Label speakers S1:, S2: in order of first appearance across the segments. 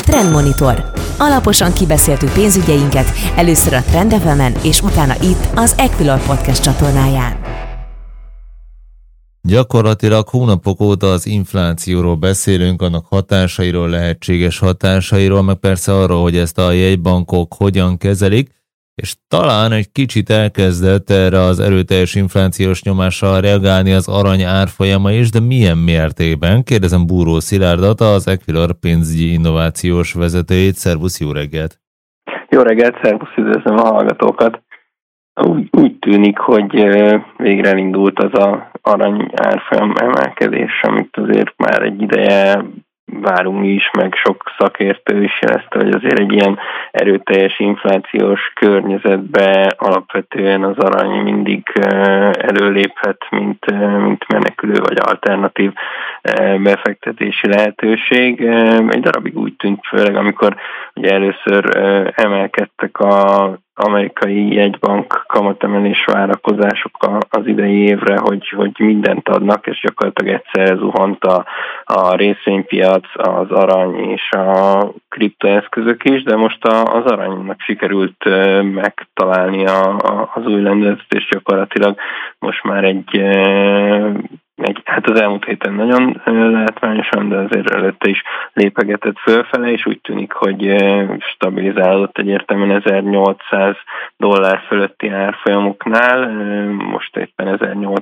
S1: Trendmonitor. Alaposan kibeszéltük pénzügyeinket, először a Trend FM-en, és utána itt az Equilor Podcast csatornáján.
S2: Gyakorlatilag hónapok óta az inflációról beszélünk, annak hatásairól, lehetséges hatásairól, meg persze arról, hogy ezt a jegybankok hogyan kezelik, és talán egy kicsit elkezdett erre az erőteljes inflációs nyomással reagálni az arany árfolyama is, de milyen mértékben? Kérdezem Búró Szilárdat, az Equilor pénzügyi innovációs vezetőjét. Szervusz, jó reggelt!
S3: Jó reggelt, szervusz, üdvözlöm a hallgatókat! Úgy tűnik, hogy végre elindult az az arany árfolyam emelkedés, amit azért már egy ideje várunk is, meg sok szakértő is jelezte, hogy azért egy ilyen erőteljes inflációs környezetben alapvetően az arany mindig előléphet, mint menekülő vagy alternatív befektetési lehetőség. Egy darabig úgy tűnt, főleg amikor ugye először emelkedtek az amerikai jegybank kamatemelés várakozások az idei évre, hogy mindent adnak, és gyakorlatilag egyszerre zuhant a részvénypiac, az arany és a kriptoeszközök is, de most az aranynak sikerült megtalálni az új lendületet, és gyakorlatilag most már hát az elmúlt héten nagyon látványosan, de azért előtte is lépegetett fölfele, és úgy tűnik, hogy stabilizálódott egyértelműen $1,800 fölötti árfolyamoknál, most éppen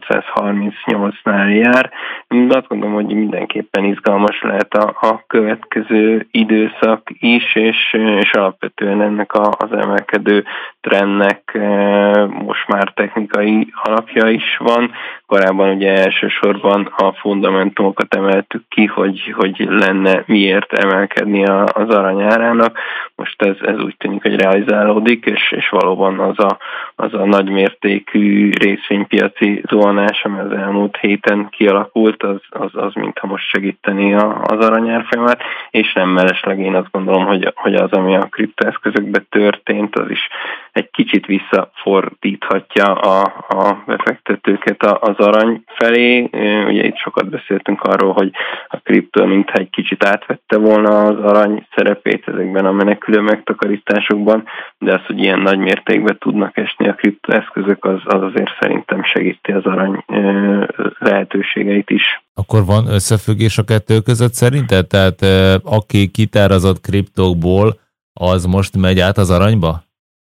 S3: 1,838-nál jár. De azt gondolom, hogy mindenképpen izgalmas lehet a következő időszak is, és alapvetően ennek az emelkedő trendnek most már technikai alapja is van. Korábban ugye elsősorban a fundamentumokat emeltük ki, hogy lenne miért emelkedni az arany árának. Most ez úgy tűnik, hogy realizálódik, és valóban az a nagymértékű részvénypiaci zuhanás, ami az elmúlt héten kialakult, az mintha most segíteni az arany árfolyamát, és nem mellesleg én azt gondolom, hogy az, ami a kriptoeszközökben történt, az is egy kicsit visszafordíthatja a befektetőket az arany felé. Ugye itt sokat beszéltünk arról, hogy a kriptó mintha egy kicsit átvette volna az arany szerepét ezekben a menekülő megtakarításokban, de az, hogy ilyen nagy mértékben tudnak esni a kriptoeszközök, az azért szerintem segíti az arany lehetőségeit is.
S2: Akkor van összefüggés a kettő között szerinted? Tehát aki kitárazott kriptókból, az most megy át az aranyba?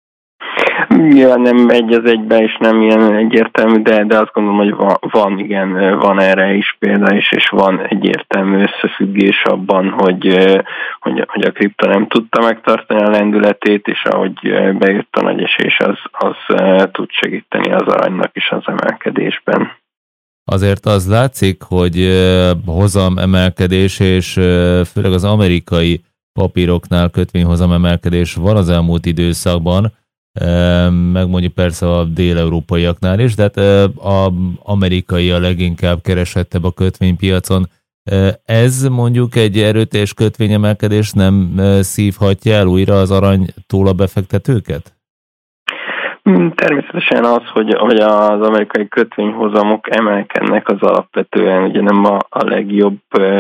S3: Nyilván nem egy az egyben, és nem ilyen egyértelmű, de azt gondolom, hogy van erre is példa is, és van egyértelmű összefüggés abban, hogy a kripto nem tudta megtartani a lendületét, és ahogy bejött a nagy esés, az tud segíteni az aranynak is az emelkedésben.
S2: Azért az látszik, hogy hozam emelkedés, és főleg az amerikai papíroknál kötvényhozam emelkedés van az elmúlt időszakban, meg mondjuk persze a dél-európaiaknál is, de hát az amerikai a leginkább keresettebb a kötvénypiacon. Ez mondjuk egy erőteljes kötvényemelkedés nem szívhatja el újra az aranytól a befektetőket?
S3: Természetesen az, hogy az amerikai kötvényhozamok emelkednek, az alapvetően ugye nem a legjobb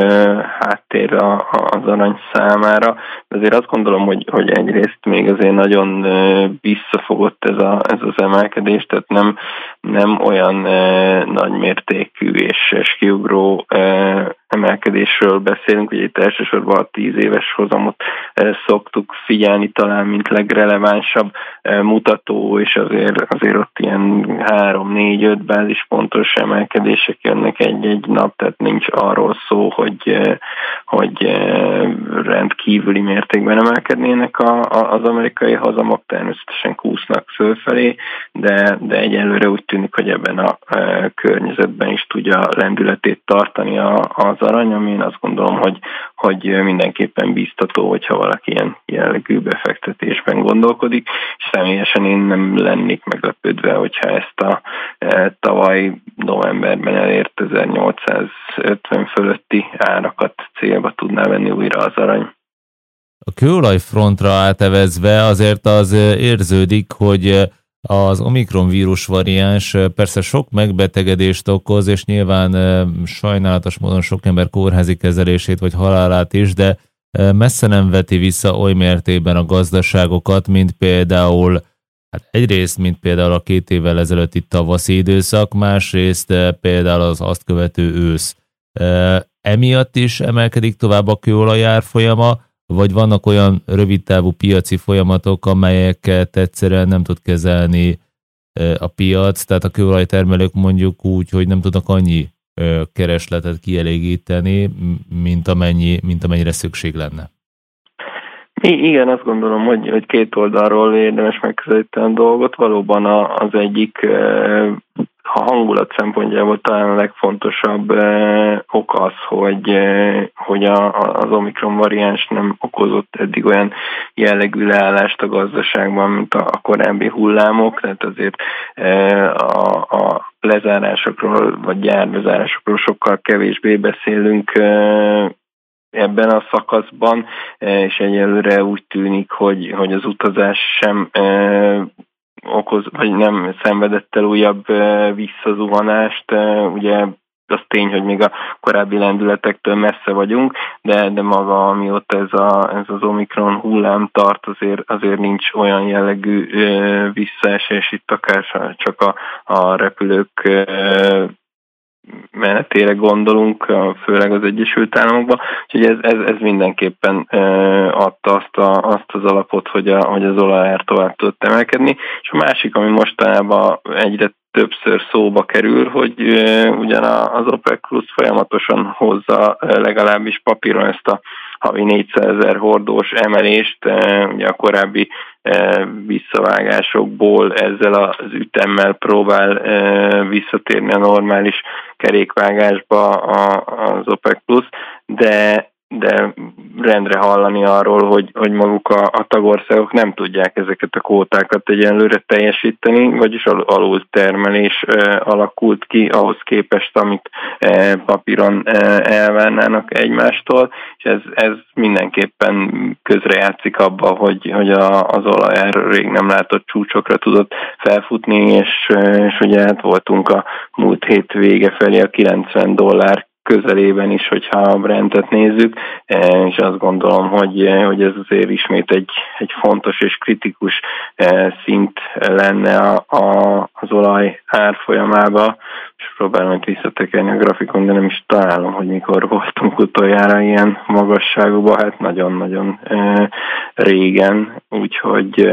S3: háttér az arany számára, de azért azt gondolom, hogy egyrészt még azért nagyon visszafogott ez az emelkedés, tehát nem olyan nagymértékű és kiugró emelkedésről beszélünk, hogy itt elsősorban a 10 éves hozamot szoktuk figyelni talán, mint legrelevánsabb mutató, és azért ott ilyen 3-4-5 bázispontos emelkedések jönnek egy nap, tehát nincs arról szó, hogy rendkívüli mértékben emelkednének az amerikai hozamok, természetesen kúsznak fölfelé, de egyelőre úgy tűnik, hogy ebben a környezetben is tudja lendületét tartani az arany, ami én azt gondolom, hogy mindenképpen biztató, hogyha valaki ilyen jellegű befektetésben gondolkodik, és személyesen én nem lennék meglepődve, hogyha ezt a tavaly novemberben elért 1850 fölötti árakat célba tudná venni újra az arany.
S2: A kőolajfrontra átevezve azért az érződik, hogy az Omikron vírus variáns persze sok megbetegedést okoz, és nyilván sajnálatos módon sok ember kórházi kezelését vagy halálát is, de messze nem veti vissza oly mértékben a gazdaságokat, mint például mint például a 2 évvel ezelőtti tavaszi időszak, másrészt például az azt követő ősz. Emiatt is emelkedik tovább a kőolaj árfolyama, vagy vannak olyan rövidtávú piaci folyamatok, amelyeket egyszerűen nem tud kezelni a piac, tehát a kőolajtermelők mondjuk úgy, hogy nem tudnak annyi keresletet kielégíteni, mint amennyire szükség lenne.
S3: Igen, azt gondolom, hogy két oldalról érdemes megközelíteni a dolgot. Valóban az egyik a hangulat szempontjából talán a legfontosabb ok az, hogy az Omikron variáns nem okozott eddig olyan jellegű leállást a gazdaságban, mint a korábbi hullámok, tehát azért a lezárásokról vagy gyárbezárásokról sokkal kevésbé beszélünk ebben a szakaszban, és egyelőre úgy tűnik, hogy az utazás sem okoz, vagy nem szenvedett el újabb visszazuhanást. Ugye az tény, hogy még a korábbi lendületektől messze vagyunk, de maga, amióta ez az Omikron hullám tart, azért nincs olyan jellegű visszaesés, itt akár csak a repülők menetére gondolunk, főleg az Egyesült Államokban, úgyhogy ez mindenképpen adta azt az alapot, hogy az olajár tovább tudott emelkedni, és a másik, ami mostanában egyre többször szóba kerül, hogy ugyan az OPEC Plus folyamatosan hozza legalábbis papíron ezt a havi 400 000 hordós emelést, ugye a korábbi visszavágásokból ezzel az ütemmel próbál visszatérni a normális kerékvágásba az OPEC Plus, de rendre hallani arról, hogy maguk a tagországok nem tudják ezeket a kvótákat egyenlőre teljesíteni, vagyis alultermelés alakult ki ahhoz képest, amit papíron elvárnának egymástól, és ez mindenképpen közrejátszik abba, hogy az olajár rég nem látott csúcsokra tudott felfutni, és ugye hát voltunk a múlt hét vége felé a $90 közelében is, hogyha a Brentet nézzük, és azt gondolom, hogy ez azért ismét egy fontos és kritikus szint lenne az olaj árfolyamába, és próbálom itt visszatekerni a grafikon, de nem is találom, hogy mikor voltunk utoljára ilyen magasságúban, hát nagyon-nagyon régen, úgyhogy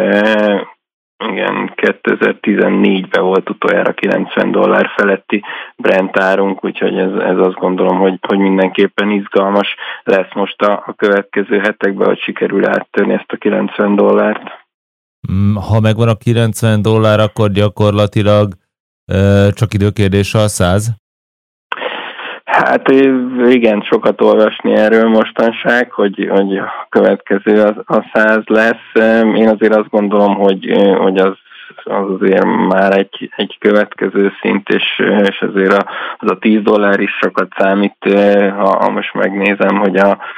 S3: igen, 2014-ben volt utoljára $90 feletti Brent árunk, úgyhogy ez azt gondolom, hogy mindenképpen izgalmas lesz most a következő hetekben, hogy sikerül áttörni ezt a $90.
S2: Ha megvan a $90, akkor gyakorlatilag csak időkérdése a 100?
S3: Hát igen, sokat olvasni erről mostanság, hogy a következő az 100 lesz. Én azért azt gondolom, hogy az azért már egy következő szint, és azért az a $10 is sokat számít, ha most megnézem, hogy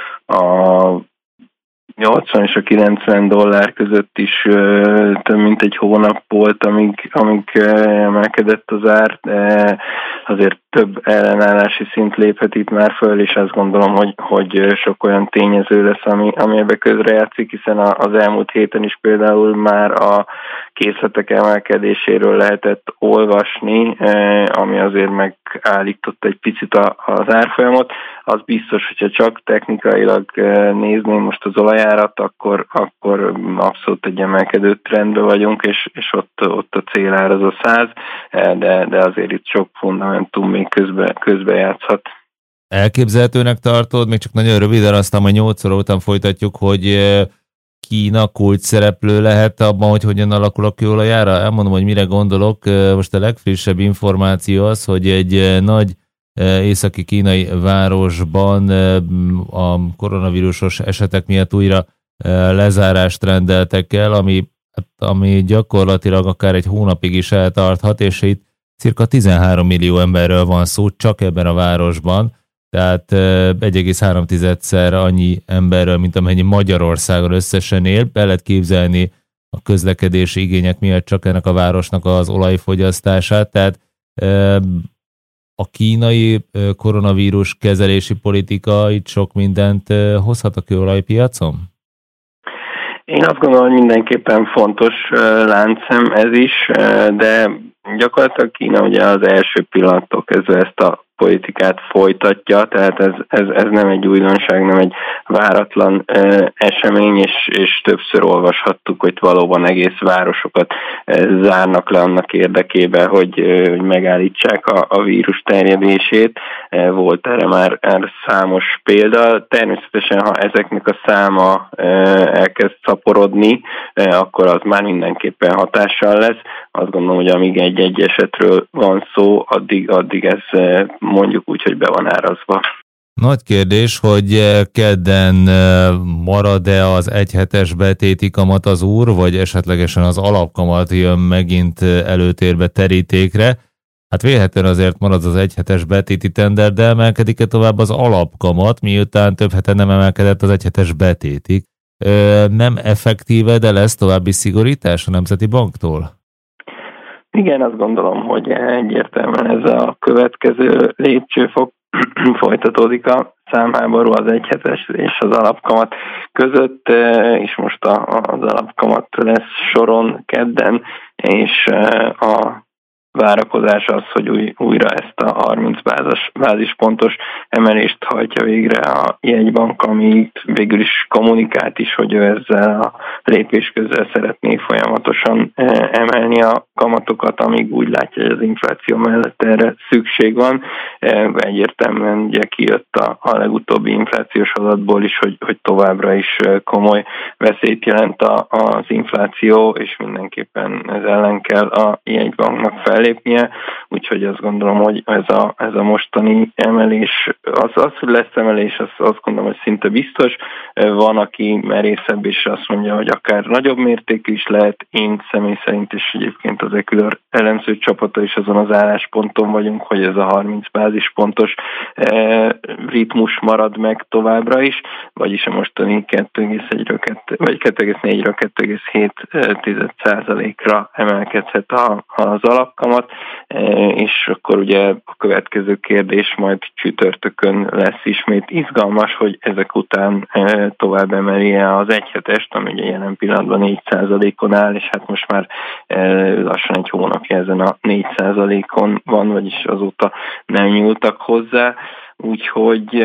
S3: a 80 és a $90 között is több mint egy hónap volt, amíg emelkedett az ár. Azért több ellenállási szint léphet itt már föl, és azt gondolom, hogy sok olyan tényező lesz, ami ebbe közrejátszik, hiszen az elmúlt héten is például már a készletek emelkedéséről lehetett olvasni, ami azért megállított egy picit az árfolyamot. Az biztos, hogyha csak technikailag nézném most az olajárat, akkor abszolút egy emelkedő trendben vagyunk, és ott a célár az a 100, de azért itt sok fundamentum még közbe játszhat.
S2: Elképzelhetőnek tartod, még csak nagyon röviden, aztán majd 8 óra után folytatjuk, hogy Kína kulcs szereplő lehet abban, hogy hogyan alakul a kőolajára? Elmondom, hogy mire gondolok. Most a legfrissebb információ az, hogy egy nagy északi kínai városban a koronavírusos esetek miatt újra lezárást rendeltek el, ami gyakorlatilag akár egy hónapig is eltarthat, és itt cirka 13 millió emberről van szó csak ebben a városban, tehát 1,3-szer annyi emberről, mint amennyi Magyarországon összesen él. Be lehet képzelni a közlekedési igények miatt csak ennek a városnak az olajfogyasztását, tehát a kínai koronavírus kezelési politika itt sok mindent hozhat a kőolajpiacon?
S3: Én azt gondolom, hogy mindenképpen fontos láncszem ez is, de gyakorlatilag Kína ugye az első pillanattól kezdve ezt a politikát folytatja, tehát ez nem egy újdonság, nem egy váratlan esemény, és többször olvashattuk, hogy valóban egész városokat zárnak le annak érdekében, hogy megállítsák a vírus terjedését. Volt erre már számos példa. Természetesen, ha ezeknek a száma elkezd szaporodni, akkor az már mindenképpen hatással lesz. Azt gondolom, hogy amíg egy esetről van szó, addig ez mondjuk úgy, hogy be van árazva.
S2: Nagy kérdés, hogy kedden marad-e az egyhetes betéti kamat az úr, vagy esetlegesen az alapkamat jön megint előtérbe, terítékre. Hát vélhetően azért marad az egyhetes betéti tender, de emelkedik-e tovább az alapkamat, miután több hete nem emelkedett az egyhetes betétig. Nem effektíve, de lesz további szigorítás a Nemzeti Banktól?
S3: Igen, azt gondolom, hogy egyértelműen ez a következő lépcsőfok folytatódik a számháború az egyhetes és az alapkamat között, és most az alapkamat lesz soron kedden, és a várakozás az, hogy újra ezt a 30 bázispontos emelést hajtja végre a jegybank, ami végül is kommunikált is, hogy ő ezzel a lépés közzel szeretné folyamatosan emelni a kamatokat, amíg úgy látja, hogy az infláció mellett erre szükség van. Egyértelműen ugye kijött a legutóbbi inflációs adatból is, hogy továbbra is komoly veszélyt jelent az infláció, és mindenképpen ez ellen kell a jegybanknak fellépnie, úgyhogy azt gondolom, hogy ez a mostani emelés, az, hogy lesz emelés, azt gondolom, hogy szinte biztos. Van, aki merészebb, és azt mondja, hogy akár nagyobb mértékű is lehet. Én személy szerint, és egyébként az Equilor elemző csapata is azon az állásponton vagyunk, hogy ez a 30 bázispontos ritmus marad meg továbbra is, vagyis a mostani 2,4-ről 2,7%-ra emelkedhet az alapkamat, és akkor ugye a következő kérdés majd csütörtökön lesz ismét izgalmas, hogy ezek után tovább emeli-e az egyhetest, ami ugye jelen pillanatban 4%-on áll, és hát most már lassan egy hónapja ezen a 4%-on van, vagyis azóta nem nyúltak hozzá. Úgyhogy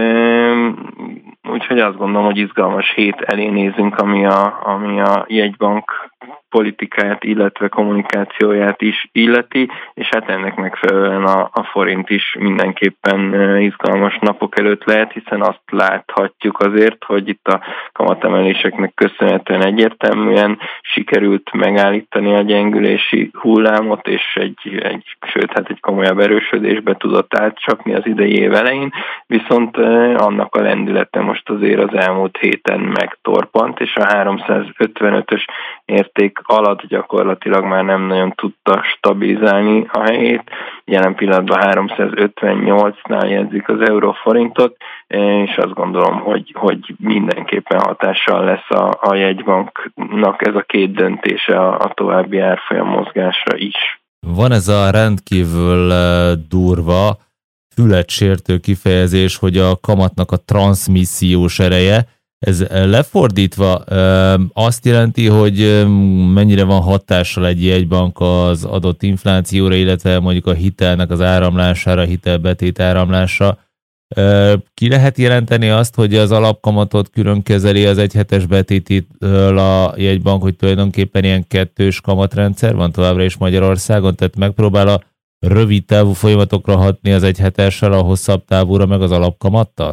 S3: azt gondolom, hogy izgalmas hét elé nézünk, ami a jegybank politikáját, illetve kommunikációját is illeti, és hát ennek megfelelően a forint is mindenképpen izgalmas napok előtt lehet, hiszen azt láthatjuk azért, hogy itt a kamatemeléseknek köszönhetően egyértelműen sikerült megállítani a gyengülési hullámot, és sőt, egy komolyabb erősödésbe tudott átcsapni az idei év elején, viszont annak a lendülete most azért az elmúlt héten megtorpant, és a 355-ös érték alatt gyakorlatilag már nem nagyon tudta stabilizálni a helyét. Jelen pillanatban 358-nál jegyzik az euróforintot, és azt gondolom, hogy mindenképpen hatással lesz a jegybanknak ez a két döntése a további árfolyam mozgásra is.
S2: Van ez a rendkívül durva, fületsértő kifejezés, hogy a kamatnak a transzmissziós ereje. Ez lefordítva azt jelenti, hogy mennyire van hatással egy jegybank az adott inflációra, illetve mondjuk a hitelnek az áramlására, hitelbetét áramlásra. Ki lehet jelenteni azt, hogy az alapkamatot külön kezeli az egyhetes betétitől a jegybank, hogy tulajdonképpen ilyen kettős kamatrendszer van továbbra is Magyarországon, tehát megpróbál a rövid távú folyamatokra hatni az egyhetessel, a hosszabb távúra meg az alapkamattal?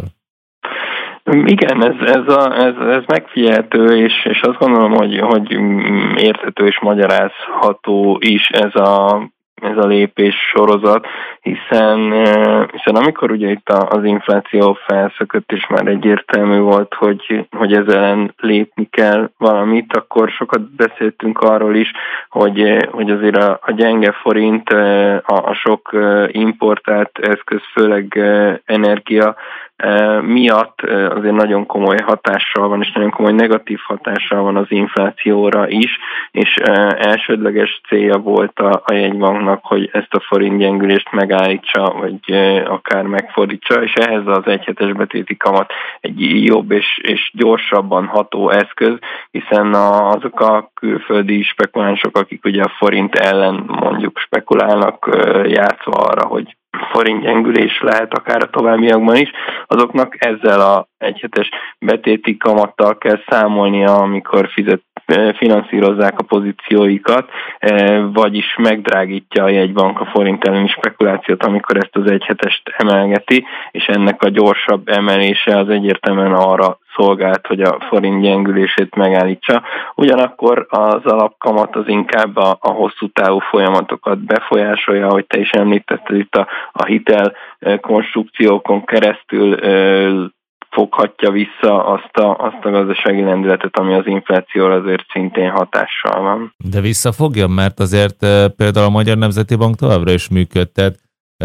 S3: Igen, ez megfigyelhető, és azt gondolom, hogy érthető és magyarázható is ez a lépés sorozat, hiszen amikor ugye itt az infláció felszökött, és már egyértelmű volt, hogy ezzel ellen lépni kell valamit, akkor sokat beszéltünk arról is, hogy azért a gyenge forint, a sok importált eszköz, főleg energia miatt azért nagyon komoly hatással van, és nagyon komoly negatív hatással van az inflációra is, és elsődleges célja volt a jegybanknak annak, hogy ezt a forint gyengülést megállítsa, vagy akár megfordítsa, és ehhez az egyhetes betéti kamat egy jobb és gyorsabban ható eszköz, hiszen azok a külföldi spekulánsok, akik ugye a forint ellen mondjuk spekulálnak, játszva arra, hogy forint gyengülés lehet akár a továbbiakban is, azoknak ezzel a egyhetes betéti kamattal kell számolnia, amikor finanszírozzák a pozícióikat, vagyis megdrágítja a jegybank a forint elleni spekulációt, amikor ezt az egyhetest emelgeti, és ennek a gyorsabb emelése az egyértelműen arra szolgált, hogy a forint gyengülését megállítsa. Ugyanakkor az alapkamat az inkább a hosszú távú folyamatokat befolyásolja, ahogy te is említetted, itt a hitel konstrukciókon keresztül foghatja vissza azt a gazdasági lendületet, ami az inflációra azért szintén hatással van.
S2: De visszafogja, mert azért például a Magyar Nemzeti Bank továbbra is működtet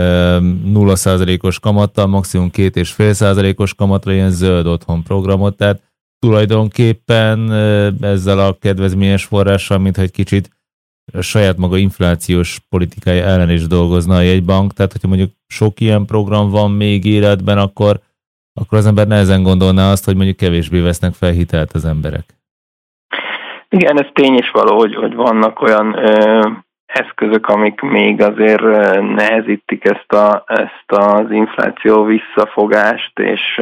S2: 0%-os kamattal, maximum 2,5%-os kamatra ilyen zöld otthon programot, tehát tulajdonképpen ezzel a kedvezményes forrással, mintha egy kicsit a saját maga inflációs politikája ellen is dolgozna a jegybank, tehát hogyha mondjuk sok ilyen program van még életben, akkor az ember nehezen gondolná azt, hogy mondjuk kevésbé vesznek fel hitelt az emberek.
S3: Igen, ez tény is való, hogy vannak olyan eszközök, amik még azért nehezítik ezt az infláció visszafogást,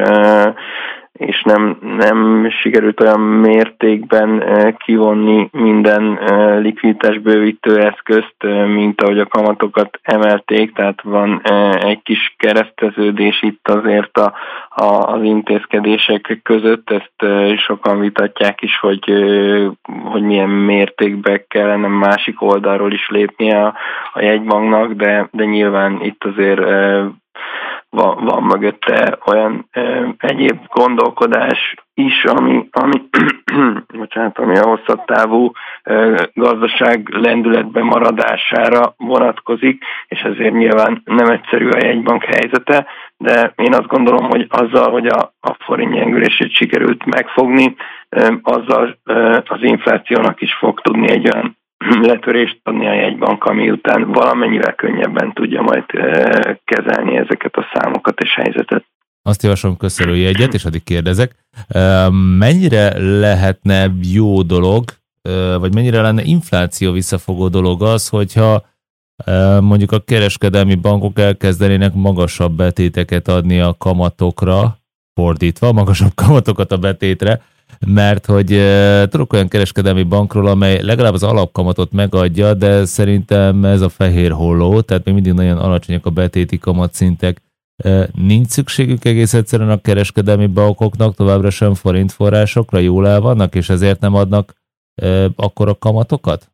S3: és nem sikerült olyan mértékben kivonni minden likviditásbővítő eszközt, mint ahogy a kamatokat emelték, tehát van egy kis kereszteződés itt azért az intézkedések között, ezt sokan vitatják is, hogy milyen mértékben kellene másik oldalról is lépnie a jegybanknak, de nyilván itt azért van mögötte olyan egyéb gondolkodás is, ami a hosszabb távú gazdaság lendületben maradására vonatkozik, és ezért nyilván nem egyszerű a jegybank helyzete, de én azt gondolom, hogy azzal, hogy a forint gyengülését sikerült megfogni, azzal az inflációnak is fog tudni egy olyan letörést adni a jegybank, ami után valamennyivel könnyebben tudja majd kezelni ezeket a számokat és helyzetet.
S2: Azt javaslom, köszönöm jegyet, és addig kérdezek, mennyire lehetne jó dolog, vagy mennyire lenne infláció visszafogó dolog az, hogyha mondjuk a kereskedelmi bankok elkezdenének magasabb betéteket adni a kamatokra, fordítva, magasabb kamatokat a betétre, mert hogy tudok olyan kereskedelmi bankról, amely legalább az alapkamatot megadja, de szerintem ez a fehér holló, tehát még mindig nagyon alacsonyak a betéti kamatszintek. Nincs szükségük egész egyszerűen a kereskedelmi bankoknak továbbra sem forintforrásokra, jól el vannak, és ezért nem adnak akkora kamatokat?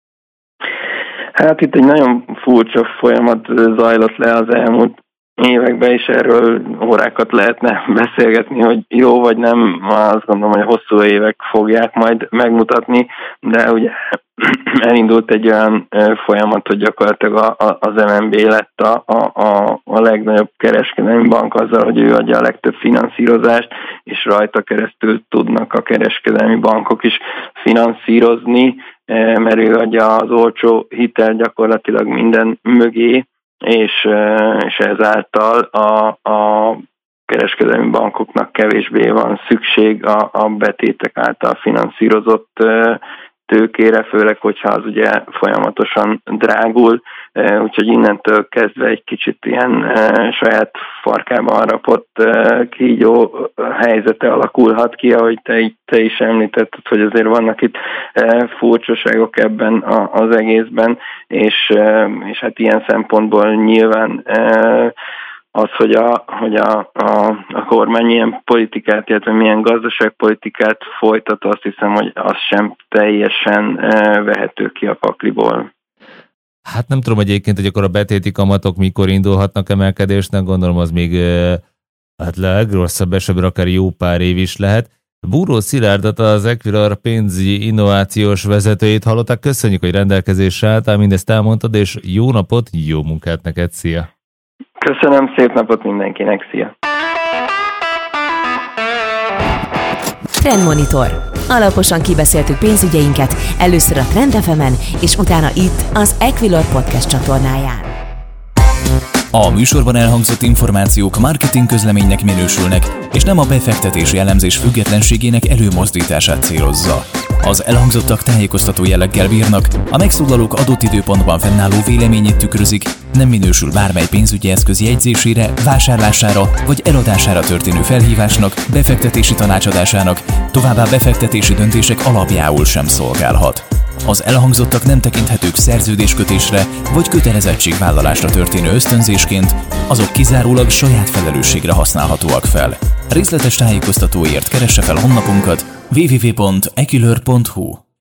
S3: Hát itt egy nagyon furcsa folyamat zajlott le az elmúlt években, és erről órákat lehetne beszélgetni, hogy jó vagy nem, azt gondolom, hogy a hosszú évek fogják majd megmutatni, de ugye elindult egy olyan folyamat, hogy gyakorlatilag az MNB lett a legnagyobb kereskedelmi bank azzal, hogy ő adja a legtöbb finanszírozást, és rajta keresztül tudnak a kereskedelmi bankok is finanszírozni, mert ő adja az olcsó hitel gyakorlatilag minden mögé, és ezáltal a kereskedelmi bankoknak kevésbé van szükség a betétek által finanszírozott tőkére, főleg, hogyha az ugye folyamatosan drágul, úgyhogy innentől kezdve egy kicsit ilyen saját farkában rapott kígyó helyzete alakulhat ki, ahogy te is említetted, hogy azért vannak itt furcsaságok ebben az egészben, és hát ilyen szempontból nyilván az, hogy a kormány milyen politikát, illetve milyen gazdaságpolitikát folytat, azt hiszem, hogy az sem teljesen vehető ki a pakliból.
S2: Hát nem tudom egyébként, hogy akkor a betéti kamatok mikor indulhatnak emelkedésnek, gondolom az még hát legrosszabb esetben akár jó pár év is lehet. Búró Szilárdat, az Equilar pénzügyi innovációs vezetőjét hallották. Köszönjük, hogy rendelkezésre álltál, mindezt elmondtad, és jó napot, jó munkát neked, szia!
S3: Köszönöm, szép napot mindenkinek, szia!
S1: Trendmonitor. Alaposan kibeszéltük pénzügyeinket, először a Trend FM-en, és utána itt az Equilor Podcast csatornáján.
S4: A műsorban elhangzott információk marketing közleménynek minősülnek, és nem a befektetési elemzés függetlenségének előmozdítását célozza. Az elhangzottak tájékoztató jelleggel bírnak, a megszólalók adott időpontban fennálló véleményét tükrözik, nem minősül bármely pénzügyi eszköz jegyzésére, vásárlására vagy eladására történő felhívásnak, befektetési tanácsadásának, továbbá befektetési döntések alapjául sem szolgálhat. Az elhangzottak nem tekinthetők szerződéskötésre vagy kötelezettségvállalásra történő ösztönzésként, azok kizárólag saját felelősségre használhatóak fel. Részletes tájékoztatóért keresse fel honlapunkat www.equilor.hu.